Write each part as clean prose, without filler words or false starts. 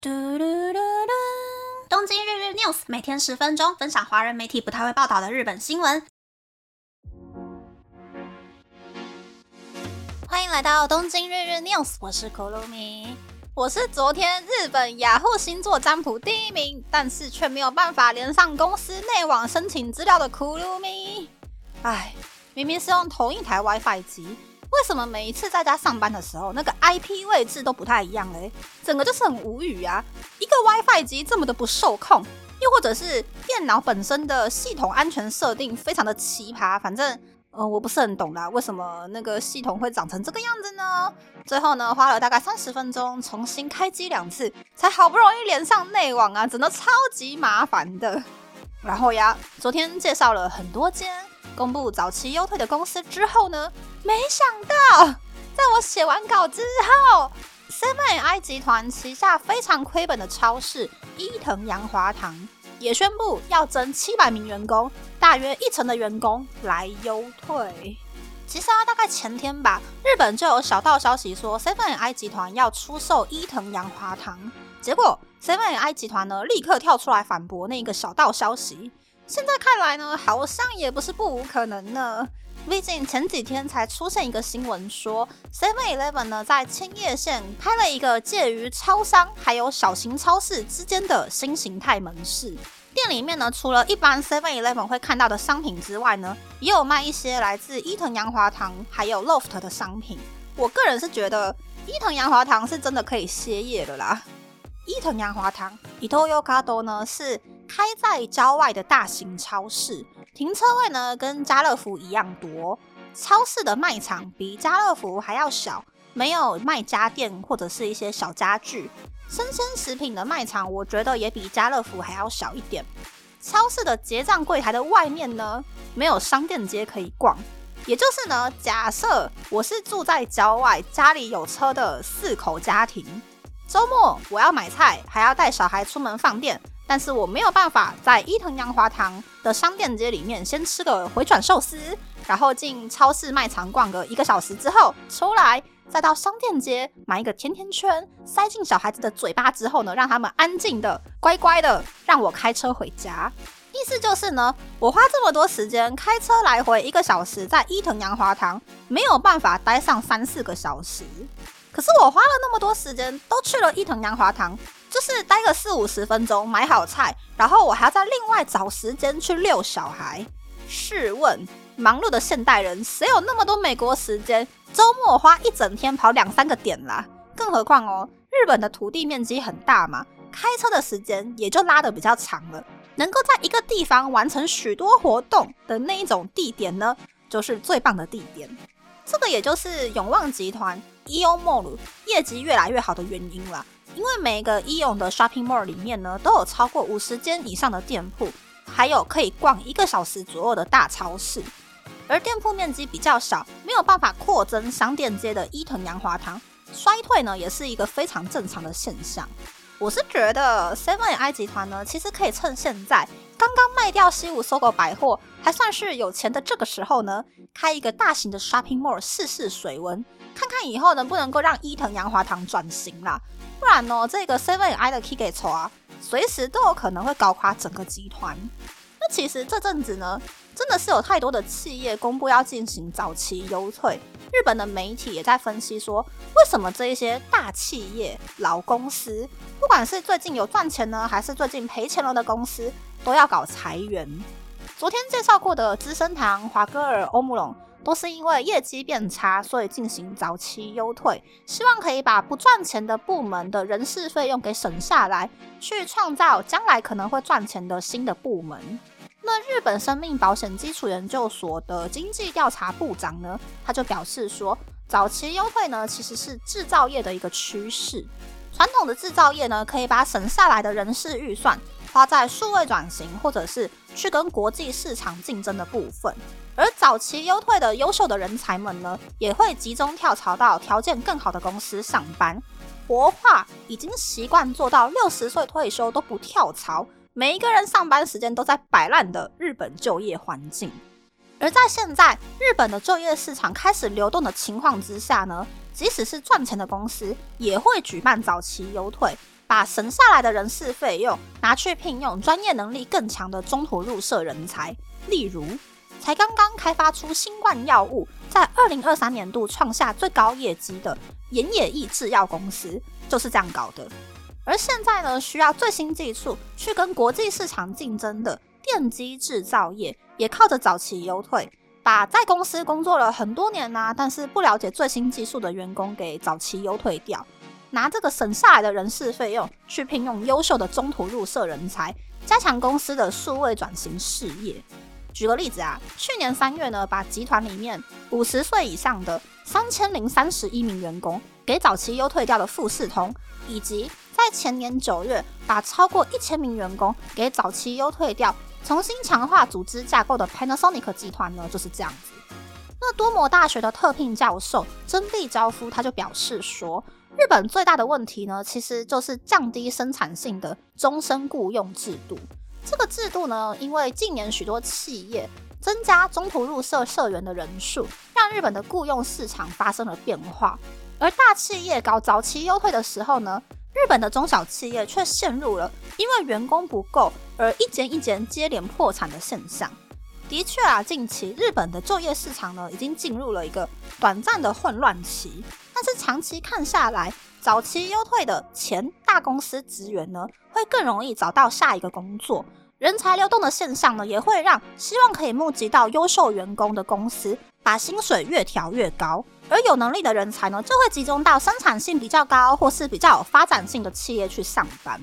嘟嘟嘟嘟东京日日 news 每天10分钟，分享华人媒体不太会报道的日本新闻。欢迎来到东京日日 news， 我是 Kurumi。我是昨天日本雅虎星座占卜第1名，但是却没有办法连上公司内网申请资料的 Kurumi。明明是用同一台 WiFi 机，为什么每一次在家上班的时候，那个 IP 位置都不太一样嘞？整个就是很无语啊！一个 WiFi 机这么的不受控，又或者是电脑本身的系统安全设定非常的奇葩，反正我不是很懂啦，为什么那个系统会长成这个样子呢？最后呢，花了大概30分钟，重新开机2次，才好不容易连上内网啊，真的超级麻烦的。然后呀，昨天介绍了很多间公布早期优退的公司之后呢，没想到在我写完稿之后 7&i 集团旗下非常亏本的超市伊藤洋华堂也宣布要征700名员工，大约1成的员工来优退。其实大概前天吧，日本就有小道消息说 7&i 集团要出售伊藤洋华堂，结果 7&i 集团呢立刻跳出来反驳那个小道消息。现在看来呢，好像也不是不无可能呢。毕竟前几天才出现一个新闻说 7-Eleven 呢在千叶县开了一个介于超商还有小型超市之间的新形态门市。店里面呢，除了一般 7-Eleven 会看到的商品之外呢，也有卖一些来自伊藤洋华堂还有 LOFT 的商品。我个人是觉得伊藤洋华堂是真的可以歇业了啦。伊藤洋华堂 Itoyokado 呢是开在郊外的大型超市，停车位呢跟家乐福一样多。超市的卖场比家乐福还要小，没有卖家电或者是一些小家具。生鲜食品的卖场我觉得也比家乐福还要小一点。超市的结账柜台的外面呢，没有商店街可以逛。也就是呢，假设我是住在郊外，家里有车的4口家庭，周末我要买菜，还要带小孩出门放电，但是我没有办法在伊藤洋华堂的商店街里面先吃个回转寿司，然后进超市卖场逛个1个小时之后出来，再到商店街买一个甜甜圈塞进小孩子的嘴巴之后呢，让他们安静的乖乖的让我开车回家。意思就是呢，我花这么多时间开车来回1个小时在伊藤洋华堂，没有办法待上3-4个小时。可是我花了那么多时间都去了伊藤洋华堂，就是待个40-50分钟买好菜，然后我还要再另外找时间去遛小孩。试问忙碌的现代人谁有那么多美国时间，周末花1整天跑2-3个点啦？更何况日本的土地面积很大嘛，开车的时间也就拉得比较长了。能够在一个地方完成许多活动的那一种地点呢，就是最棒的地点。这个也就是永旺集团 Ion Mall 业绩越来越好的原因啦。因为每个 Ion 的 shopping mall 里面呢，都有超过50间以上的店铺，还有可以逛1个小时左右的大超市。而店铺面积比较小，没有办法扩增商店街的伊藤洋华堂衰退呢，也是一个非常正常的现象。我是觉得 7-i 集团呢，其实可以趁现在刚刚卖掉西武SOGO百货，还算是有钱的这个时候呢，开一个大型的 shopping mall 试试水温，看看以后能不能够让伊藤洋华堂转型啦。不然这个 7-i 的 Kiketsu 啊，随时都有可能会搞垮整个集团。那其实这阵子呢，真的是有太多的企业公布要进行早期优退。日本的媒体也在分析说，为什么这一些大企业、老公司，不管是最近有赚钱呢，还是最近赔钱了的公司，都要搞裁员。昨天介绍过的资生堂、华歌尔、欧姆龙，都是因为业绩变差，所以进行早期优退，希望可以把不赚钱的部门的人事费用给省下来，去创造将来可能会赚钱的新的部门。那日本生命保险基础研究所的经济调查部长呢，他就表示说，早期优退呢其实是制造业的一个趋势。传统的制造业呢，可以把省下来的人事预算花在数位转型，或者是去跟国际市场竞争的部分。而早期优退的优秀的人才们呢，也会集中跳槽到条件更好的公司上班，活化已经习惯做到60岁退休都不跳槽，每一个人上班时间都在摆烂的日本就业环境。而在现在日本的就业市场开始流动的情况之下呢，即使是赚钱的公司也会举办早期优退， 把省下来的人事费用拿去聘用专业能力更强的中途入社人才。例如，才刚刚开发出新冠药物，在2023年度创下最高业绩的岩野义制药公司就是这样搞的。而现在呢，需要最新技术去跟国际市场竞争的电机制造业，也靠着早期优退，把在公司工作了很多年但是不了解最新技术的员工给早期优退掉，拿这个省下来的人事费用去聘用优秀的中途入社人才，加强公司的数位转型事业。举个例子去年3月呢，把集团里面50岁以上的3031名员工给早期优退掉的富士通，以及在前年9月把超过1000名员工给早期优退掉，重新强化组织架构的 Panasonic 集团呢，就是这样子。那多摩大学的特聘教授真壁昭夫他就表示说，日本最大的问题呢，其实就是降低生产性的终身雇用制度。这个制度呢，因为近年许多企业增加中途入社社员的人数，让日本的雇用市场发生了变化。而大企业搞早期优退的时候呢，日本的中小企业却陷入了因为员工不够而一间一间接连破产的现象。的确近期日本的就业市场呢，已经进入了一个短暂的混乱期，但是长期看下来，早期优退的前大公司职员呢，会更容易找到下一个工作。人才流动的现象呢，也会让希望可以募集到优秀员工的公司把薪水越调越高，而有能力的人才呢，就会集中到生产性比较高或是比较有发展性的企业去上班。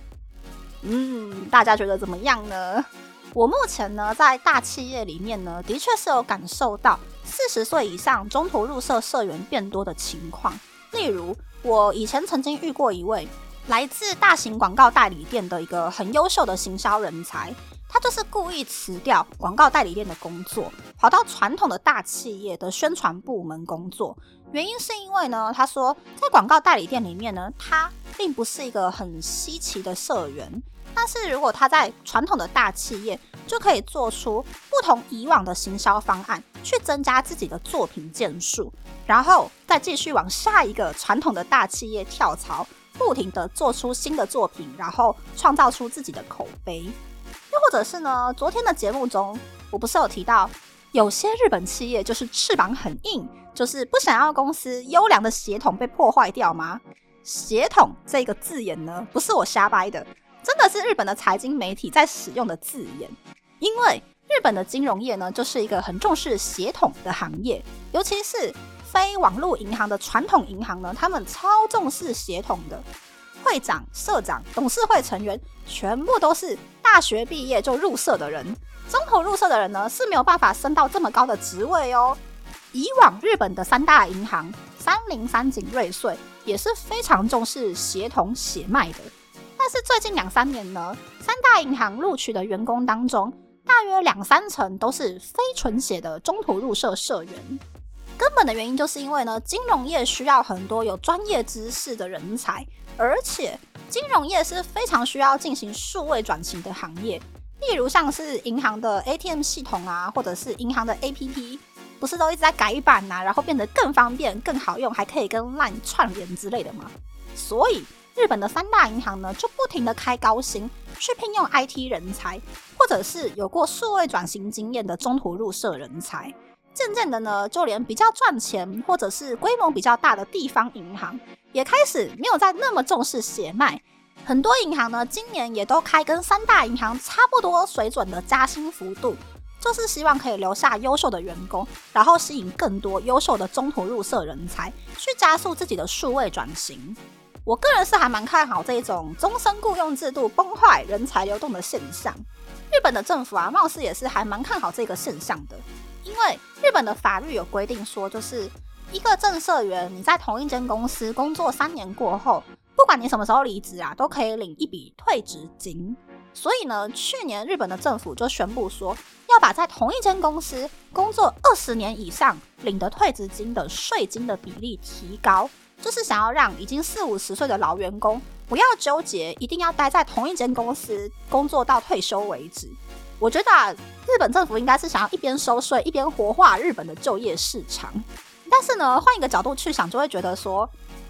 大家觉得怎么样呢？我目前呢，在大企业里面呢，的确是有感受到40岁以上中途入社社员变多的情况。例如，我以前曾经遇过一位来自大型广告代理店的一个很优秀的行销人才，他就是故意辞掉广告代理店的工作，跑到传统的大企业的宣传部门工作。原因是因为呢，他说在广告代理店里面呢，他并不是一个很稀奇的社员，但是如果他在传统的大企业，就可以做出不同以往的行销方案，去增加自己的作品件数，然后再继续往下一个传统的大企业跳槽，不停的做出新的作品，然后创造出自己的口碑。又或者是呢，昨天的节目中，我不是有提到，有些日本企业就是翅膀很硬，就是不想要公司优良的血统被破坏掉吗？血统这个字眼呢，不是我瞎掰的，真的是日本的财经媒体在使用的字眼。因为日本的金融业呢，就是一个很重视血统的行业，尤其是非网络银行的传统银行呢，他们超重视血统的。会长、社长、董事会成员全部都是大学毕业就入社的人，中途入社的人呢，是没有办法升到这么高的职位哦。以往日本的3大银行三菱、三井、瑞穗也是非常重视血统血脉的，但是最近2-3年呢，3大银行录取的员工当中，大约2-3成都是非纯血的中途入社社员。根本的原因就是因为呢，金融业需要很多有专业知识的人才，而且金融业是非常需要进行数位转型的行业。例如像是银行的 ATM 系统或者是银行的 APP， 不是都一直在改版然后变得更方便、更好用，还可以跟 LINE 串联之类的吗？所以日本的3大银行呢，就不停的开高薪去聘用 IT 人才，或者是有过数位转型经验的中途入社人才。渐渐的呢，就连比较赚钱或者是规模比较大的地方银行，也开始没有再那么重视血脉。很多银行呢，今年也都开跟3大银行差不多水准的加薪幅度，就是希望可以留下优秀的员工，然后吸引更多优秀的中途入社人才，去加速自己的数位转型。我个人是还蛮看好这一种终身雇佣制度崩坏、人才流动的现象。日本的政府貌似也是还蛮看好这个现象的。因为日本的法律有规定说，就是一个正社员你在同一间公司工作3年过后，不管你什么时候离职都可以领一笔退职金。所以呢，去年日本的政府就宣布说，要把在同一间公司工作20年以上领的退职金的税金的比例提高，就是想要让已经40-50岁的老员工不要纠结一定要待在同一间公司工作到退休为止。我觉得日本政府应该是想要一边收税一边活化日本的就业市场。但是呢，换一个角度去想，就会觉得说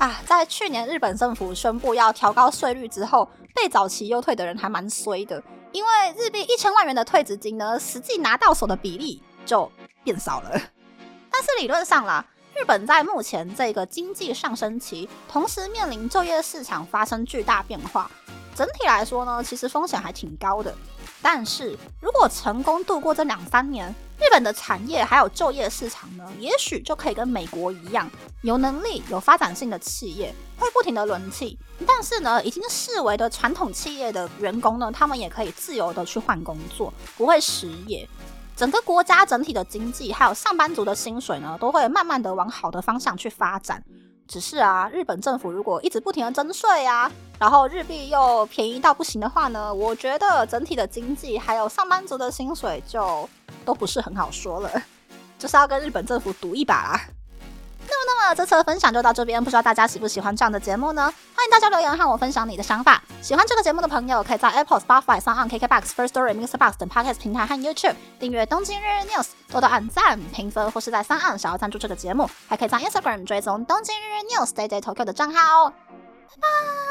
在去年日本政府宣布要调高税率之后，被早期优退的人还蛮衰的，因为日币1000万元的退职金呢，实际拿到手的比例就变少了。但是理论上啦，日本在目前这个经济上升期，同时面临就业市场发生巨大变化，整体来说呢，其实风险还挺高的。但是如果成功度过这2-3年，日本的产业还有就业市场呢，也许就可以跟美国一样，有能力、有发展性的企业会不停的轮替。但是呢，已经视为的传统企业的员工呢，他们也可以自由的去换工作，不会失业。整个国家整体的经济还有上班族的薪水呢，都会慢慢的往好的方向去发展。只是日本政府如果一直不停的征税然后日币又便宜到不行的话呢，我觉得整体的经济还有上班族的薪水就都不是很好说了，就是要跟日本政府赌一把啦。那么这次的分享就到这边，不知道大家喜不喜欢这样的节目呢？欢迎大家留言和我分享你的想法。喜欢这个节目的朋友，可以在 Apple、Spotify、SoundOn、KKBox、Firstory、Mixerbox 等 Podcast 平台和 YouTube 订阅东京日日 News， 多多按赞、评分，或是在SoundOn想要赞助这个节目，还可以在 Instagram 追踪东京日日 News Day Day Tokyo 的账号哦。拜拜。